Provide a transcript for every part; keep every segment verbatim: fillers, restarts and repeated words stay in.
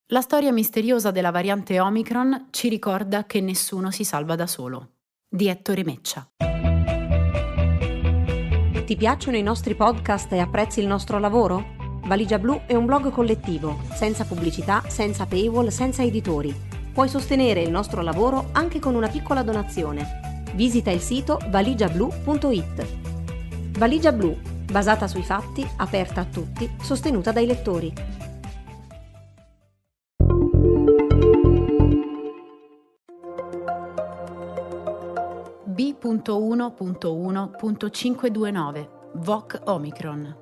La storia misteriosa della variante Omicron ci ricorda che nessuno si salva da solo. Di Ettore Meccia. Ti piacciono i nostri podcast e apprezzi il nostro lavoro? Valigia Blu è un blog collettivo, senza pubblicità, senza paywall, senza editori. Puoi sostenere il nostro lavoro anche con una piccola donazione. Visita il sito valigia blu punto it. Valigia Blu, basata sui fatti, aperta a tutti, sostenuta dai lettori. B uno punto uno punto cinquecentonventinove V O C Omicron.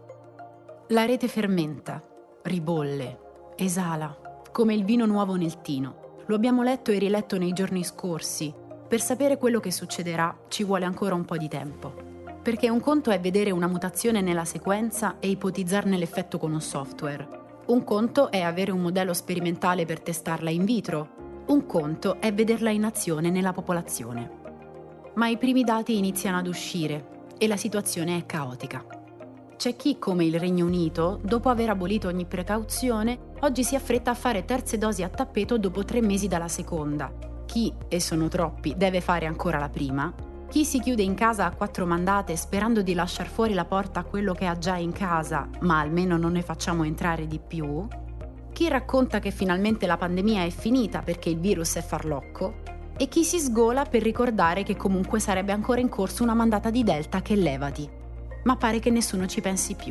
La rete fermenta, ribolle, esala, come il vino nuovo nel tino. Lo abbiamo letto e riletto nei giorni scorsi. Per sapere quello che succederà ci vuole ancora un po' di tempo. Perché un conto è vedere una mutazione nella sequenza e ipotizzarne l'effetto con un software. Un conto è avere un modello sperimentale per testarla in vitro. Un conto è vederla in azione nella popolazione. Ma i primi dati iniziano ad uscire e la situazione è caotica. C'è chi, come il Regno Unito, dopo aver abolito ogni precauzione, oggi si affretta a fare terze dosi a tappeto dopo tre mesi dalla seconda. Chi, e sono troppi, deve fare ancora la prima. Chi si chiude in casa a quattro mandate sperando di lasciar fuori la porta a quello che ha già in casa, ma almeno non ne facciamo entrare di più. Chi racconta che finalmente la pandemia è finita perché il virus è farlocco. E chi si sgola per ricordare che comunque sarebbe ancora in corso una mandata di Delta che levati. Ma pare che nessuno ci pensi più.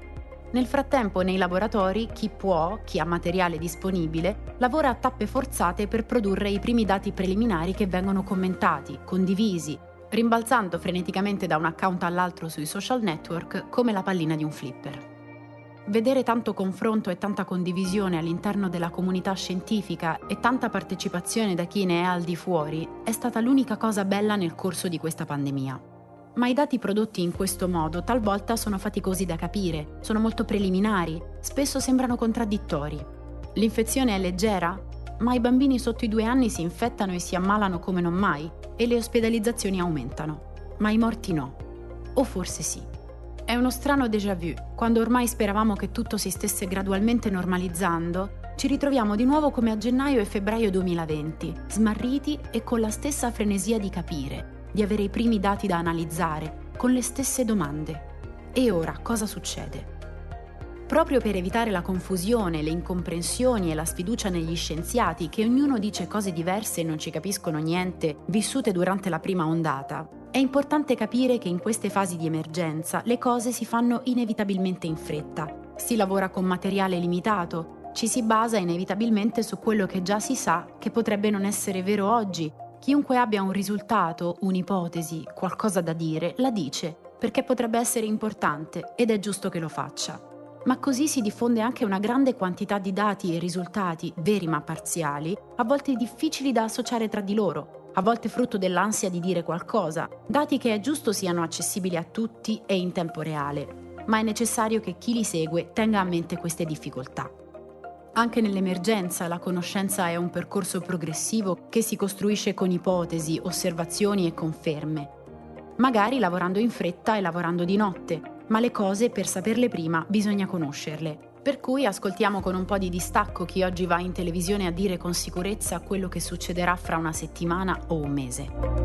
Nel frattempo nei laboratori chi può, chi ha materiale disponibile, lavora a tappe forzate per produrre i primi dati preliminari che vengono commentati, condivisi, rimbalzando freneticamente da un account all'altro sui social network come la pallina di un flipper. Vedere tanto confronto e tanta condivisione all'interno della comunità scientifica e tanta partecipazione da chi ne è al di fuori è stata l'unica cosa bella nel corso di questa pandemia. Ma i dati prodotti in questo modo talvolta sono faticosi da capire, sono molto preliminari, spesso sembrano contraddittori. L'infezione è leggera? Ma i bambini sotto i due anni si infettano e si ammalano come non mai e le ospedalizzazioni aumentano. Ma i morti no. O forse sì. È uno strano déjà vu, quando ormai speravamo che tutto si stesse gradualmente normalizzando, ci ritroviamo di nuovo come a gennaio e febbraio duemilaventi, smarriti e con la stessa frenesia di capire, di avere i primi dati da analizzare, con le stesse domande. E ora cosa succede? Proprio per evitare la confusione, le incomprensioni e la sfiducia negli scienziati, che ognuno dice cose diverse e non ci capiscono niente, vissute durante la prima ondata, è importante capire che in queste fasi di emergenza le cose si fanno inevitabilmente in fretta. Si lavora con materiale limitato, ci si basa inevitabilmente su quello che già si sa che potrebbe non essere vero oggi. Chiunque abbia un risultato, un'ipotesi, qualcosa da dire, la dice, perché potrebbe essere importante ed è giusto che lo faccia. Ma così si diffonde anche una grande quantità di dati e risultati, veri ma parziali, a volte difficili da associare tra di loro, a volte frutto dell'ansia di dire qualcosa, dati che è giusto siano accessibili a tutti e in tempo reale, ma è necessario che chi li segue tenga a mente queste difficoltà. Anche nell'emergenza la conoscenza è un percorso progressivo che si costruisce con ipotesi, osservazioni e conferme. Magari lavorando in fretta e lavorando di notte, ma le cose per saperle prima bisogna conoscerle. Per cui ascoltiamo con un po' di distacco chi oggi va in televisione a dire con sicurezza quello che succederà fra una settimana o un mese.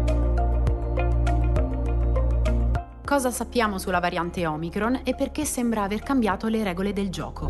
Cosa sappiamo sulla variante Omicron e perché sembra aver cambiato le regole del gioco?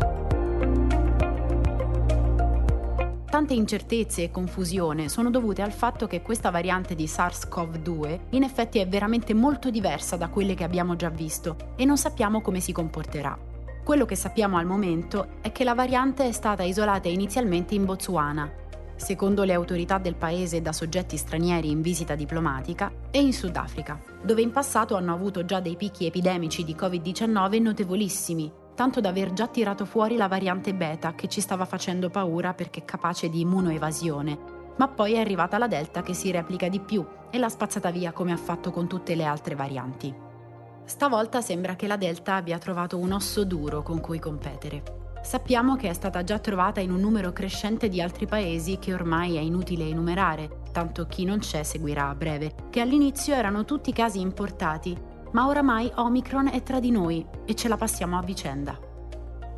Tante incertezze e confusione sono dovute al fatto che questa variante di SARS-CoV due in effetti è veramente molto diversa da quelle che abbiamo già visto e non sappiamo come si comporterà. Quello che sappiamo al momento è che la variante è stata isolata inizialmente in Botswana, secondo le autorità del paese da soggetti stranieri in visita diplomatica, e in Sudafrica, dove in passato hanno avuto già dei picchi epidemici di covid diciannove notevolissimi, tanto da aver già tirato fuori la variante beta che ci stava facendo paura perché capace di immunoevasione, ma poi è arrivata la Delta che si replica di più e l'ha spazzata via come ha fatto con tutte le altre varianti. Stavolta sembra che la Delta abbia trovato un osso duro con cui competere. Sappiamo che è stata già trovata in un numero crescente di altri paesi che ormai è inutile enumerare, tanto chi non c'è seguirà a breve, che all'inizio erano tutti casi importati, ma oramai Omicron è tra di noi e ce la passiamo a vicenda.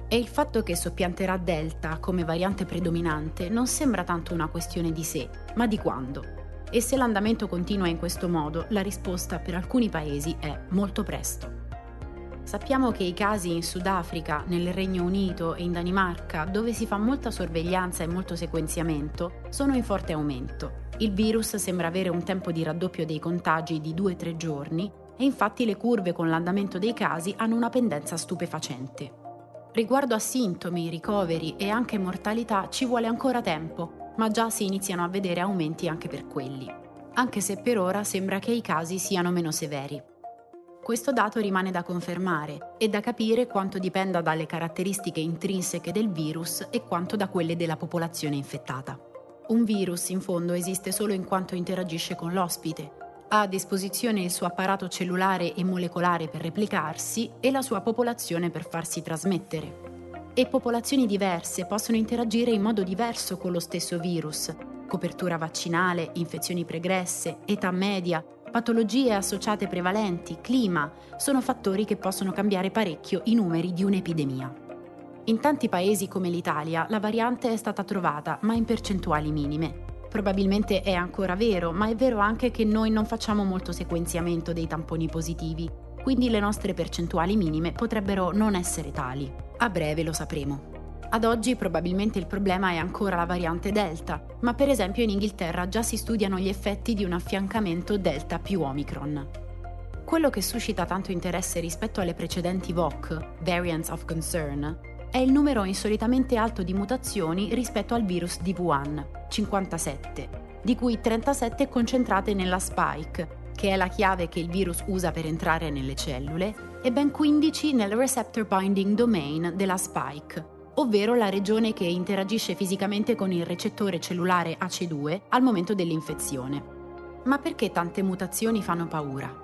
E il fatto che soppianterà Delta come variante predominante non sembra tanto una questione di se, ma di quando. E se l'andamento continua in questo modo, la risposta per alcuni paesi è molto presto. Sappiamo che i casi in Sudafrica, nel Regno Unito e in Danimarca, dove si fa molta sorveglianza e molto sequenziamento, sono in forte aumento. Il virus sembra avere un tempo di raddoppio dei contagi di due tre giorni e infatti le curve con l'andamento dei casi hanno una pendenza stupefacente. Riguardo a sintomi, ricoveri e anche mortalità ci vuole ancora tempo, ma già si iniziano a vedere aumenti anche per quelli, anche se per ora sembra che i casi siano meno severi. Questo dato rimane da confermare e da capire quanto dipenda dalle caratteristiche intrinseche del virus e quanto da quelle della popolazione infettata. Un virus, in fondo, esiste solo in quanto interagisce con l'ospite, ha a disposizione il suo apparato cellulare e molecolare per replicarsi e la sua popolazione per farsi trasmettere. E popolazioni diverse possono interagire in modo diverso con lo stesso virus. Copertura vaccinale, infezioni pregresse, età media, patologie associate prevalenti, clima, sono fattori che possono cambiare parecchio i numeri di un'epidemia. In tanti paesi come l'Italia la variante è stata trovata, ma in percentuali minime. Probabilmente è ancora vero, ma è vero anche che noi non facciamo molto sequenziamento dei tamponi positivi, quindi le nostre percentuali minime potrebbero non essere tali. A breve lo sapremo. Ad oggi probabilmente il problema è ancora la variante Delta, ma per esempio in Inghilterra già si studiano gli effetti di un affiancamento Delta più Omicron. Quello che suscita tanto interesse rispetto alle precedenti V O C, Variants of Concern, è il numero insolitamente alto di mutazioni rispetto al virus di Wuhan, cinquantasette, di cui trentasette concentrate nella spike, che è la chiave che il virus usa per entrare nelle cellule, e ben quindici nel receptor binding domain della spike, ovvero la regione che interagisce fisicamente con il recettore cellulare A C E due al momento dell'infezione. Ma perché tante mutazioni fanno paura?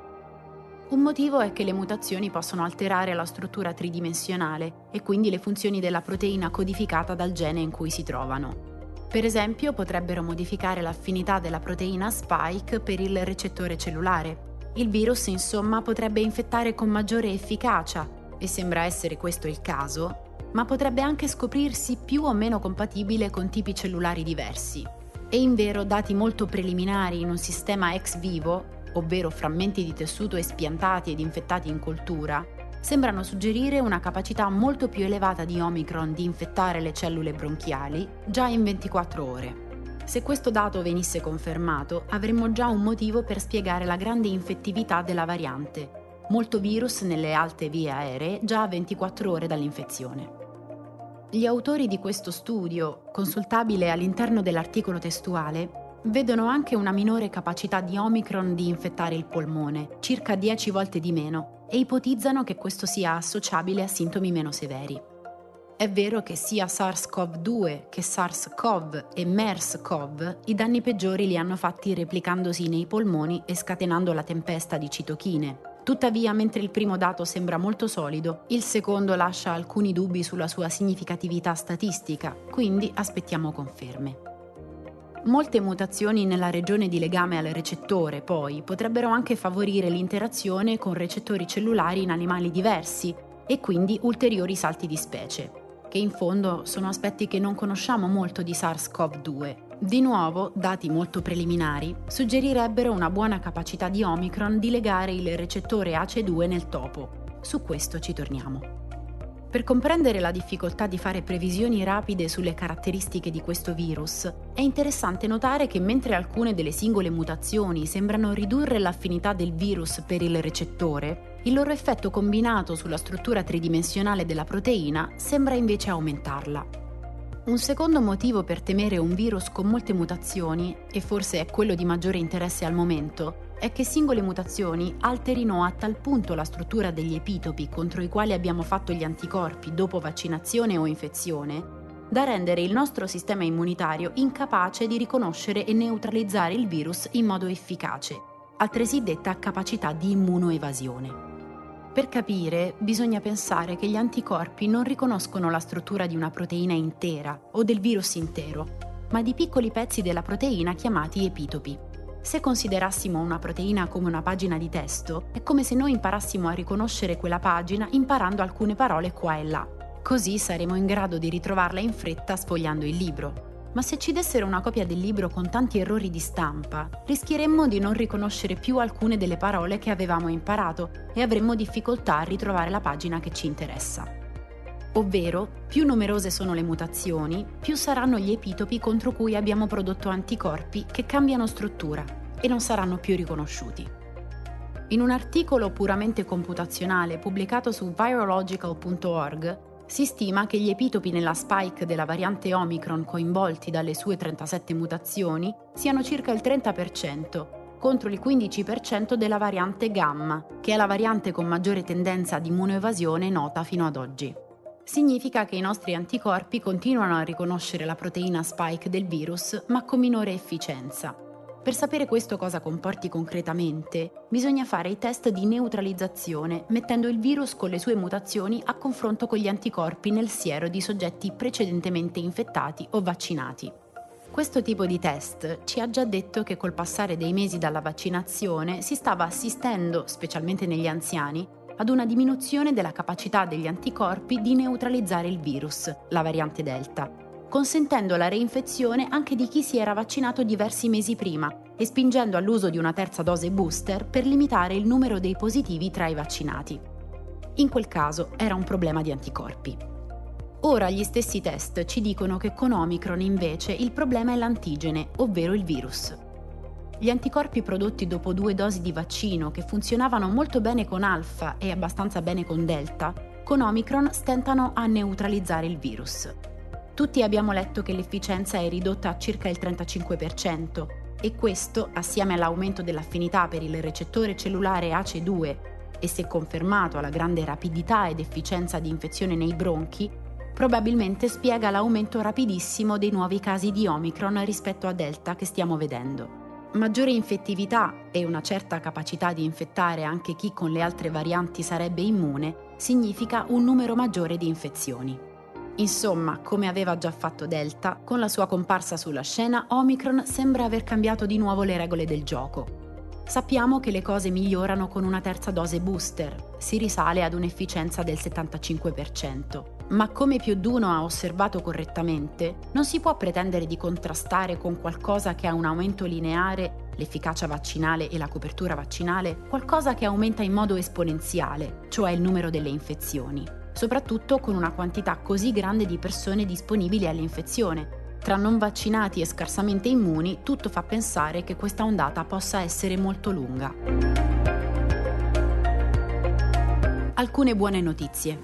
Un motivo è che le mutazioni possono alterare la struttura tridimensionale e quindi le funzioni della proteina codificata dal gene in cui si trovano. Per esempio, potrebbero modificare l'affinità della proteina spike per il recettore cellulare. Il virus, insomma, potrebbe infettare con maggiore efficacia, e sembra essere questo il caso, ma potrebbe anche scoprirsi più o meno compatibile con tipi cellulari diversi. E invero dati molto preliminari in un sistema ex vivo, ovvero frammenti di tessuto espiantati ed infettati in coltura, sembrano suggerire una capacità molto più elevata di Omicron di infettare le cellule bronchiali già in ventiquattro ore. Se questo dato venisse confermato, avremmo già un motivo per spiegare la grande infettività della variante, molto virus nelle alte vie aeree già a ventiquattro ore dall'infezione. Gli autori di questo studio, consultabile all'interno dell'articolo testuale, vedono anche una minore capacità di Omicron di infettare il polmone, circa dieci volte di meno, e ipotizzano che questo sia associabile a sintomi meno severi. È vero che sia SARS-CoV due che SARS-CoV e MERS-CoV i danni peggiori li hanno fatti replicandosi nei polmoni e scatenando la tempesta di citochine. Tuttavia, mentre il primo dato sembra molto solido, il secondo lascia alcuni dubbi sulla sua significatività statistica, quindi aspettiamo conferme. Molte mutazioni nella regione di legame al recettore, poi, potrebbero anche favorire l'interazione con recettori cellulari in animali diversi e quindi ulteriori salti di specie, che in fondo sono aspetti che non conosciamo molto di SARS-CoV due. Di nuovo, dati molto preliminari suggerirebbero una buona capacità di Omicron di legare il recettore A C E due nel topo. Su questo ci torniamo. Per comprendere la difficoltà di fare previsioni rapide sulle caratteristiche di questo virus, è interessante notare che mentre alcune delle singole mutazioni sembrano ridurre l'affinità del virus per il recettore, il loro effetto combinato sulla struttura tridimensionale della proteina sembra invece aumentarla. Un secondo motivo per temere un virus con molte mutazioni, e forse è quello di maggiore interesse al momento, è che singole mutazioni alterino a tal punto la struttura degli epitopi contro i quali abbiamo fatto gli anticorpi dopo vaccinazione o infezione, da rendere il nostro sistema immunitario incapace di riconoscere e neutralizzare il virus in modo efficace, altresì detta capacità di immunoevasione. Per capire, bisogna pensare che gli anticorpi non riconoscono la struttura di una proteina intera o del virus intero, ma di piccoli pezzi della proteina chiamati epitopi. Se considerassimo una proteina come una pagina di testo, è come se noi imparassimo a riconoscere quella pagina imparando alcune parole qua e là. Così saremo in grado di ritrovarla in fretta sfogliando il libro. Ma se ci dessero una copia del libro con tanti errori di stampa, rischieremmo di non riconoscere più alcune delle parole che avevamo imparato e avremmo difficoltà a ritrovare la pagina che ci interessa. Ovvero, più numerose sono le mutazioni, più saranno gli epitopi contro cui abbiamo prodotto anticorpi che cambiano struttura e non saranno più riconosciuti. In un articolo puramente computazionale pubblicato su virological punto org, si stima che gli epitopi nella spike della variante Omicron coinvolti dalle sue trentasette mutazioni siano circa il trenta per cento, contro il quindici per cento della variante Gamma, che è la variante con maggiore tendenza ad immunoevasione nota fino ad oggi. Significa che i nostri anticorpi continuano a riconoscere la proteina spike del virus, ma con minore efficienza. Per sapere questo cosa comporti concretamente, bisogna fare i test di neutralizzazione, mettendo il virus con le sue mutazioni a confronto con gli anticorpi nel siero di soggetti precedentemente infettati o vaccinati. Questo tipo di test ci ha già detto che col passare dei mesi dalla vaccinazione si stava assistendo, specialmente negli anziani, ad una diminuzione della capacità degli anticorpi di neutralizzare il virus, la variante Delta, consentendo la reinfezione anche di chi si era vaccinato diversi mesi prima e spingendo all'uso di una terza dose booster per limitare il numero dei positivi tra i vaccinati. In quel caso era un problema di anticorpi. Ora gli stessi test ci dicono che con Omicron invece il problema è l'antigene, ovvero il virus. Gli anticorpi prodotti dopo due dosi di vaccino che funzionavano molto bene con Alpha e abbastanza bene con Delta, con Omicron stentano a neutralizzare il virus. Tutti abbiamo letto che l'efficienza è ridotta a circa il trentacinque per cento e questo, assieme all'aumento dell'affinità per il recettore cellulare A C E due e se confermato alla grande rapidità ed efficienza di infezione nei bronchi, probabilmente spiega l'aumento rapidissimo dei nuovi casi di Omicron rispetto a Delta che stiamo vedendo. Maggiore infettività e una certa capacità di infettare anche chi con le altre varianti sarebbe immune significa un numero maggiore di infezioni. Insomma, come aveva già fatto Delta, con la sua comparsa sulla scena, Omicron sembra aver cambiato di nuovo le regole del gioco. Sappiamo che le cose migliorano con una terza dose booster, si risale ad un'efficienza del settantacinque per cento. Ma come più d'uno ha osservato correttamente, non si può pretendere di contrastare con qualcosa che ha un aumento lineare, l'efficacia vaccinale e la copertura vaccinale, qualcosa che aumenta in modo esponenziale, cioè il numero delle infezioni, soprattutto con una quantità così grande di persone disponibili all'infezione. Tra non vaccinati e scarsamente immuni, tutto fa pensare che questa ondata possa essere molto lunga. Alcune buone notizie.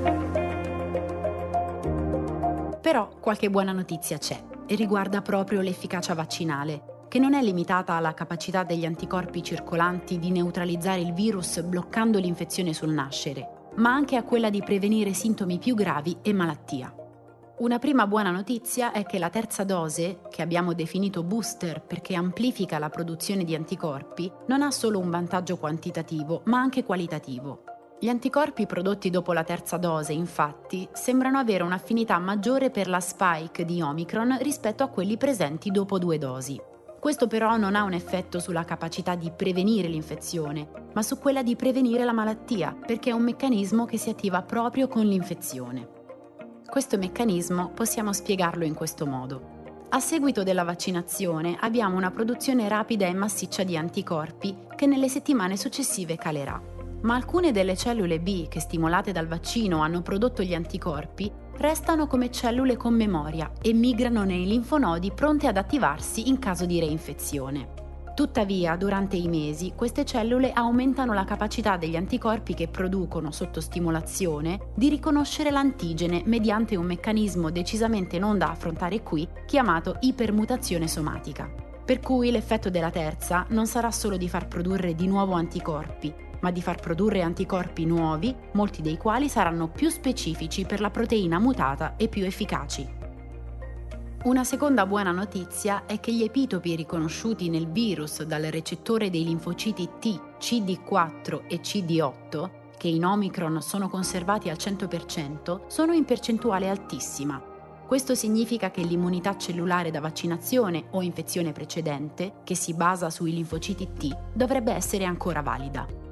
Però qualche buona notizia c'è e riguarda proprio l'efficacia vaccinale, che non è limitata alla capacità degli anticorpi circolanti di neutralizzare il virus bloccando l'infezione sul nascere, ma anche a quella di prevenire sintomi più gravi e malattia. Una prima buona notizia è che la terza dose, che abbiamo definito booster perché amplifica la produzione di anticorpi, non ha solo un vantaggio quantitativo, ma anche qualitativo. Gli anticorpi prodotti dopo la terza dose, infatti, sembrano avere un'affinità maggiore per la spike di Omicron rispetto a quelli presenti dopo due dosi. Questo però non ha un effetto sulla capacità di prevenire l'infezione, ma su quella di prevenire la malattia, perché è un meccanismo che si attiva proprio con l'infezione. Questo meccanismo possiamo spiegarlo in questo modo. A seguito della vaccinazione abbiamo una produzione rapida e massiccia di anticorpi che nelle settimane successive calerà. Ma alcune delle cellule B che stimolate dal vaccino hanno prodotto gli anticorpi restano come cellule con memoria e migrano nei linfonodi pronte ad attivarsi in caso di reinfezione. Tuttavia, durante i mesi, queste cellule aumentano la capacità degli anticorpi che producono sotto stimolazione di riconoscere l'antigene mediante un meccanismo decisamente non da affrontare qui, chiamato ipermutazione somatica. Per cui l'effetto della terza non sarà solo di far produrre di nuovo anticorpi, ma di far produrre anticorpi nuovi, molti dei quali saranno più specifici per la proteina mutata e più efficaci. Una seconda buona notizia è che gli epitopi riconosciuti nel virus dal recettore dei linfociti T, C D quattro e C D otto, che in Omicron sono conservati al cento per cento, sono in percentuale altissima. Questo significa che l'immunità cellulare da vaccinazione o infezione precedente, che si basa sui linfociti T, dovrebbe essere ancora valida.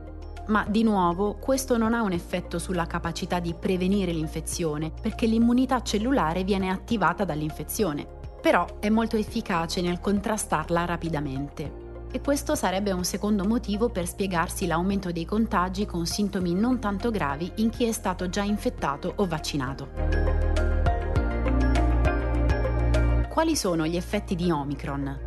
Ma di nuovo, questo non ha un effetto sulla capacità di prevenire l'infezione, perché l'immunità cellulare viene attivata dall'infezione. Però è molto efficace nel contrastarla rapidamente. E questo sarebbe un secondo motivo per spiegarsi l'aumento dei contagi con sintomi non tanto gravi in chi è stato già infettato o vaccinato. Quali sono gli effetti di Omicron?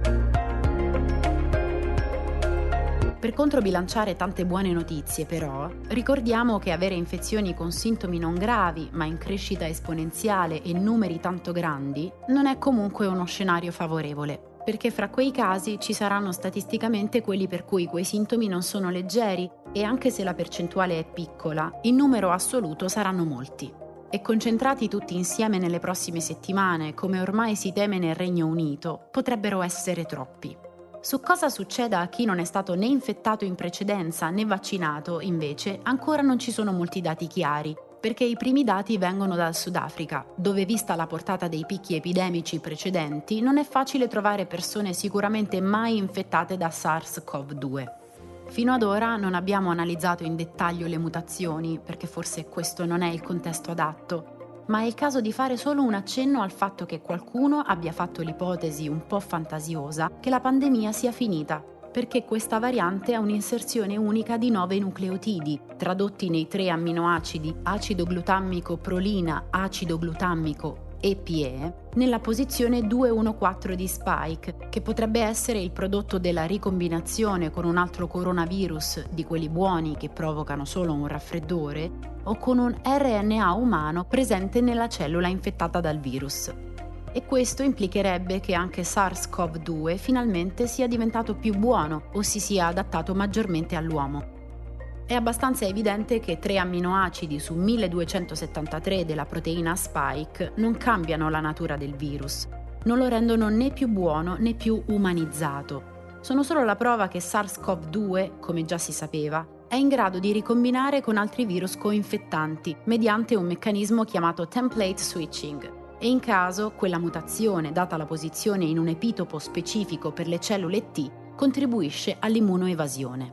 Per controbilanciare tante buone notizie, però, ricordiamo che avere infezioni con sintomi non gravi, ma in crescita esponenziale e numeri tanto grandi, non è comunque uno scenario favorevole. Perché fra quei casi ci saranno statisticamente quelli per cui quei sintomi non sono leggeri e anche se la percentuale è piccola, in numero assoluto saranno molti. E concentrati tutti insieme nelle prossime settimane, come ormai si teme nel Regno Unito, potrebbero essere troppi. Su cosa succeda a chi non è stato né infettato in precedenza né vaccinato, invece, ancora non ci sono molti dati chiari, perché i primi dati vengono dal Sudafrica, dove vista la portata dei picchi epidemici precedenti, non è facile trovare persone sicuramente mai infettate da SARS-CoV due. Fino ad ora non abbiamo analizzato in dettaglio le mutazioni, perché forse questo non è il contesto adatto, ma è il caso di fare solo un accenno al fatto che qualcuno abbia fatto l'ipotesi un po' fantasiosa che la pandemia sia finita, perché questa variante ha un'inserzione unica di nove nucleotidi, tradotti nei tre amminoacidi acido glutammico prolina, acido glutammico E P E, nella posizione duecentoquarantaquattro di spike, che potrebbe essere il prodotto della ricombinazione con un altro coronavirus di quelli buoni che provocano solo un raffreddore, o con un R N A umano presente nella cellula infettata dal virus. E questo implicherebbe che anche SARS-CoV due finalmente sia diventato più buono o si sia adattato maggiormente all'uomo. È abbastanza evidente che tre amminoacidi su milleduecentosettantatré della proteina spike non cambiano la natura del virus, non lo rendono né più buono né più umanizzato. Sono solo la prova che SARS-CoV due, come già si sapeva, è in grado di ricombinare con altri virus coinfettanti mediante un meccanismo chiamato template switching. E in caso quella mutazione, data la posizione in un epitopo specifico per le cellule T, contribuisce all'immunoevasione.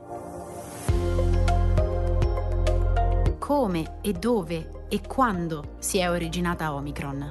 Come e dove e quando si è originata Omicron?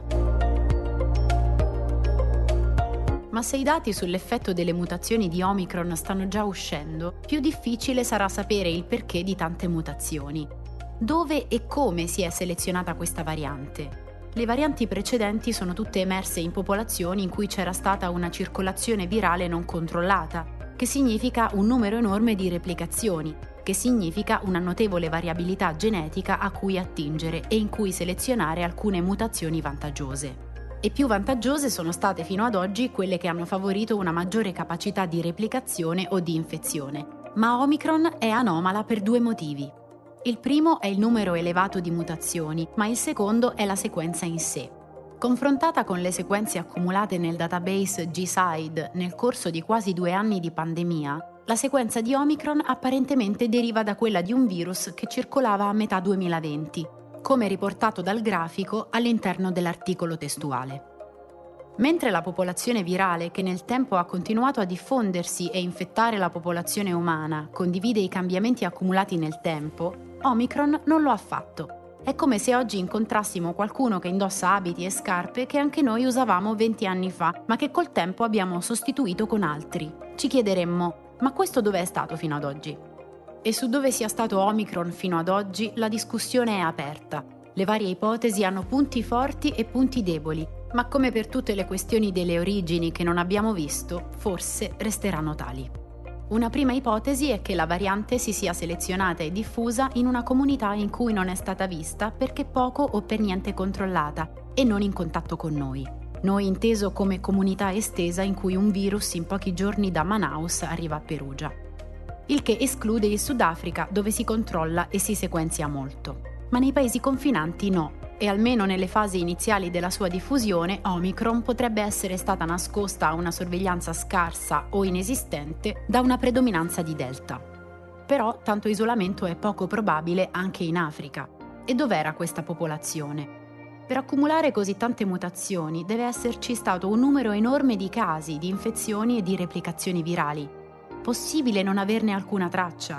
Ma se i dati sull'effetto delle mutazioni di Omicron stanno già uscendo, più difficile sarà sapere il perché di tante mutazioni. Dove e come si è selezionata questa variante? Le varianti precedenti sono tutte emerse in popolazioni in cui c'era stata una circolazione virale non controllata, che significa un numero enorme di replicazioni, che significa una notevole variabilità genetica a cui attingere e in cui selezionare alcune mutazioni vantaggiose. E più vantaggiose sono state fino ad oggi quelle che hanno favorito una maggiore capacità di replicazione o di infezione. Ma Omicron è anomala per due motivi. Il primo è il numero elevato di mutazioni, ma il secondo è la sequenza in sé. Confrontata con le sequenze accumulate nel database G S I D nel corso di quasi due anni di pandemia, la sequenza di Omicron apparentemente deriva da quella di un virus che circolava a metà duemilaventi, come riportato dal grafico all'interno dell'articolo testuale. Mentre la popolazione virale, che nel tempo ha continuato a diffondersi e infettare la popolazione umana, condivide i cambiamenti accumulati nel tempo, Omicron non lo ha fatto. È come se oggi incontrassimo qualcuno che indossa abiti e scarpe che anche noi usavamo venti anni fa, ma che col tempo abbiamo sostituito con altri. Ci chiederemmo, ma questo dove è stato fino ad oggi? E su dove sia stato Omicron fino ad oggi la discussione è aperta. Le varie ipotesi hanno punti forti e punti deboli, ma come per tutte le questioni delle origini che non abbiamo visto, forse resteranno tali. Una prima ipotesi è che la variante si sia selezionata e diffusa in una comunità in cui non è stata vista perché poco o per niente controllata e non in contatto con noi. Noi inteso come comunità estesa in cui un virus in pochi giorni da Manaus arriva a Perugia. Il che esclude il Sudafrica, dove si controlla e si sequenzia molto. Ma nei paesi confinanti no. E almeno nelle fasi iniziali della sua diffusione, Omicron potrebbe essere stata nascosta a una sorveglianza scarsa o inesistente da una predominanza di Delta. Però tanto isolamento è poco probabile anche in Africa. E dov'era questa popolazione? Per accumulare così tante mutazioni deve esserci stato un numero enorme di casi, di infezioni e di replicazioni virali. Possibile non averne alcuna traccia?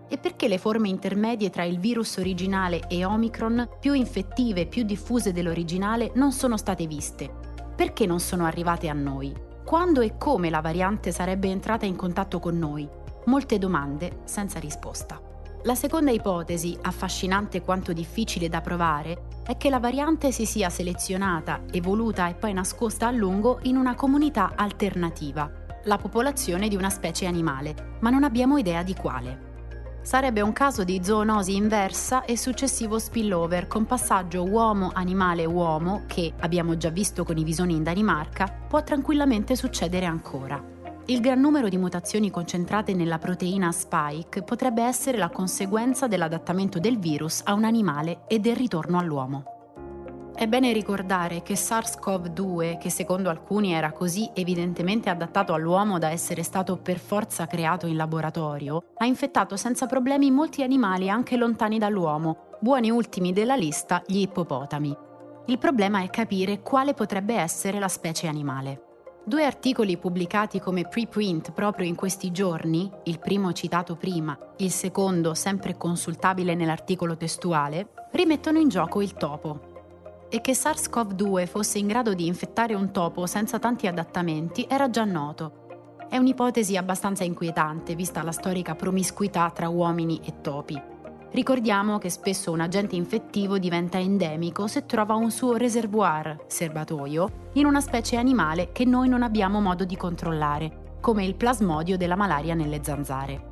E perché le forme intermedie tra il virus originale e Omicron, più infettive e più diffuse dell'originale, non sono state viste? Perché non sono arrivate a noi? Quando e come la variante sarebbe entrata in contatto con noi? Molte domande senza risposta. La seconda ipotesi, affascinante quanto difficile da provare, è che la variante si sia selezionata, evoluta e poi nascosta a lungo in una comunità alternativa, la popolazione di una specie animale, ma non abbiamo idea di quale. Sarebbe un caso di zoonosi inversa e successivo spillover con passaggio uomo-animale-uomo che, abbiamo già visto con i visoni in Danimarca, può tranquillamente succedere ancora. Il gran numero di mutazioni concentrate nella proteina spike potrebbe essere la conseguenza dell'adattamento del virus a un animale e del ritorno all'uomo. È bene ricordare che SARS-CoV due, che secondo alcuni era così evidentemente adattato all'uomo da essere stato per forza creato in laboratorio, ha infettato senza problemi molti animali anche lontani dall'uomo, buoni ultimi della lista gli ippopotami. Il problema è capire quale potrebbe essere la specie animale. Due articoli pubblicati come preprint proprio in questi giorni, il primo citato prima, il secondo sempre consultabile nell'articolo testuale, rimettono in gioco il topo. E che SARS-CoV due fosse in grado di infettare un topo senza tanti adattamenti era già noto. È un'ipotesi abbastanza inquietante vista la storica promiscuità tra uomini e topi. Ricordiamo che spesso un agente infettivo diventa endemico se trova un suo reservoir, serbatoio, in una specie animale che noi non abbiamo modo di controllare, come il plasmodio della malaria nelle zanzare.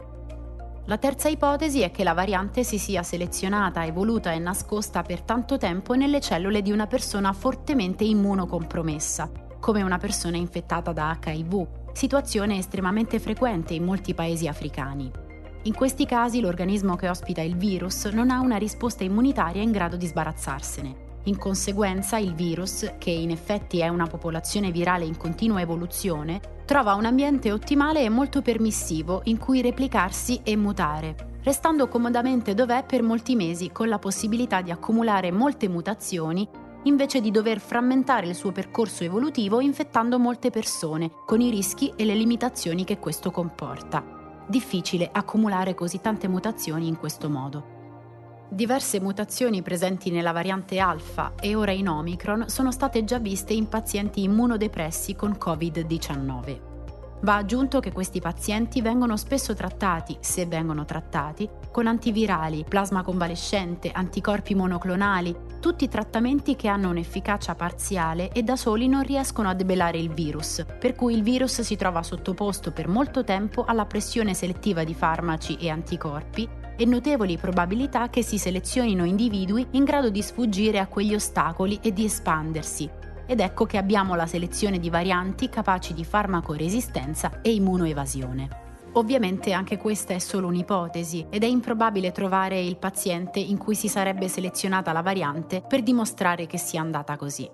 La terza ipotesi è che la variante si sia selezionata, evoluta e nascosta per tanto tempo nelle cellule di una persona fortemente immunocompromessa, come una persona infettata da acca i vu, situazione estremamente frequente in molti paesi africani. In questi casi l'organismo che ospita il virus non ha una risposta immunitaria in grado di sbarazzarsene. In conseguenza il virus, che in effetti è una popolazione virale in continua evoluzione, trova un ambiente ottimale e molto permissivo in cui replicarsi e mutare, restando comodamente dov'è per molti mesi con la possibilità di accumulare molte mutazioni invece di dover frammentare il suo percorso evolutivo infettando molte persone, con i rischi e le limitazioni che questo comporta. Difficile accumulare così tante mutazioni in questo modo. Diverse mutazioni presenti nella variante alfa e ora in Omicron sono state già viste in pazienti immunodepressi con covid diciannove. Va aggiunto che questi pazienti vengono spesso trattati, se vengono trattati, con antivirali, plasma convalescente, anticorpi monoclonali, tutti trattamenti che hanno un'efficacia parziale e da soli non riescono a debellare il virus, per cui il virus si trova sottoposto per molto tempo alla pressione selettiva di farmaci e anticorpi e notevoli probabilità che si selezionino individui in grado di sfuggire a quegli ostacoli e di espandersi. Ed ecco che abbiamo la selezione di varianti capaci di farmacoresistenza e immunoevasione. Ovviamente anche questa è solo un'ipotesi ed è improbabile trovare il paziente in cui si sarebbe selezionata la variante per dimostrare che sia andata così.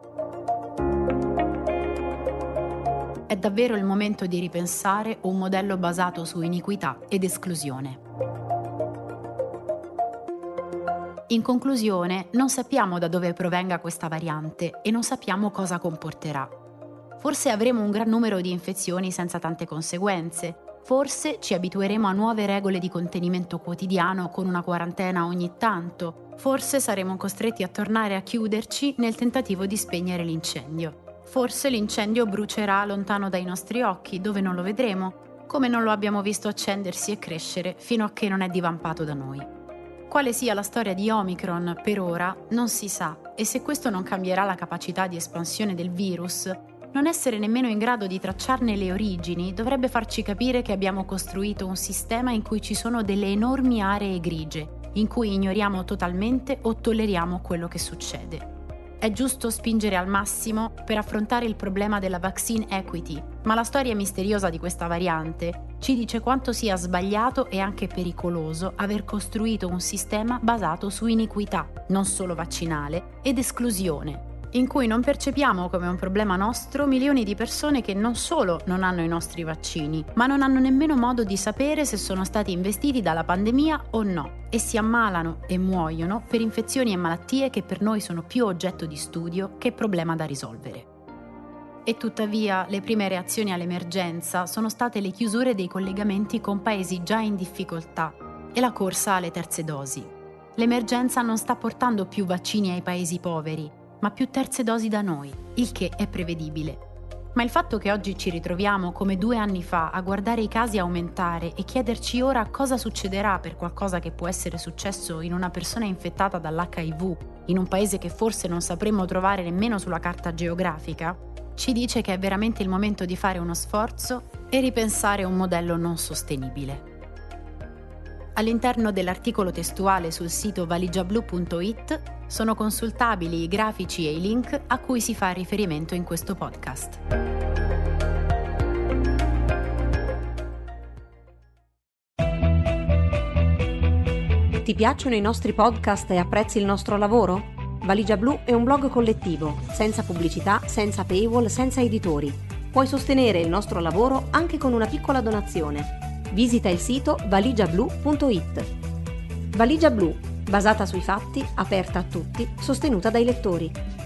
È davvero il momento di ripensare un modello basato su iniquità ed esclusione. In conclusione, non sappiamo da dove provenga questa variante e non sappiamo cosa comporterà. Forse avremo un gran numero di infezioni senza tante conseguenze, forse ci abitueremo a nuove regole di contenimento quotidiano con una quarantena ogni tanto, forse saremo costretti a tornare a chiuderci nel tentativo di spegnere l'incendio. Forse l'incendio brucerà lontano dai nostri occhi, dove non lo vedremo, come non lo abbiamo visto accendersi e crescere fino a che non è divampato da noi. Quale sia la storia di Omicron per ora non si sa e se questo non cambierà la capacità di espansione del virus, non essere nemmeno in grado di tracciarne le origini dovrebbe farci capire che abbiamo costruito un sistema in cui ci sono delle enormi aree grigie, in cui ignoriamo totalmente o tolleriamo quello che succede. È giusto spingere al massimo per affrontare il problema della vaccine equity, ma la storia misteriosa di questa variante ci dice quanto sia sbagliato e anche pericoloso aver costruito un sistema basato su iniquità, non solo vaccinale, ed esclusione, in cui non percepiamo come un problema nostro milioni di persone che non solo non hanno i nostri vaccini, ma non hanno nemmeno modo di sapere se sono stati investiti dalla pandemia o no, e si ammalano e muoiono per infezioni e malattie che per noi sono più oggetto di studio che problema da risolvere. E tuttavia le prime reazioni all'emergenza sono state le chiusure dei collegamenti con paesi già in difficoltà, e la corsa alle terze dosi. L'emergenza non sta portando più vaccini ai paesi poveri, ma più terze dosi da noi, il che è prevedibile. Ma il fatto che oggi ci ritroviamo come due anni fa a guardare i casi aumentare e chiederci ora cosa succederà per qualcosa che può essere successo in una persona infettata dall'H I V, in un paese che forse non sapremmo trovare nemmeno sulla carta geografica, ci dice che è veramente il momento di fare uno sforzo e ripensare un modello non sostenibile. All'interno dell'articolo testuale sul sito valigiablu punto it sono consultabili i grafici e i link a cui si fa riferimento in questo podcast. Ti piacciono i nostri podcast e apprezzi il nostro lavoro? Valigia Blu è un blog collettivo, senza pubblicità, senza paywall, senza editori. Puoi sostenere il nostro lavoro anche con una piccola donazione. Visita il sito valigiablu punto it. Valigia Blu, basata sui fatti, aperta a tutti, sostenuta dai lettori.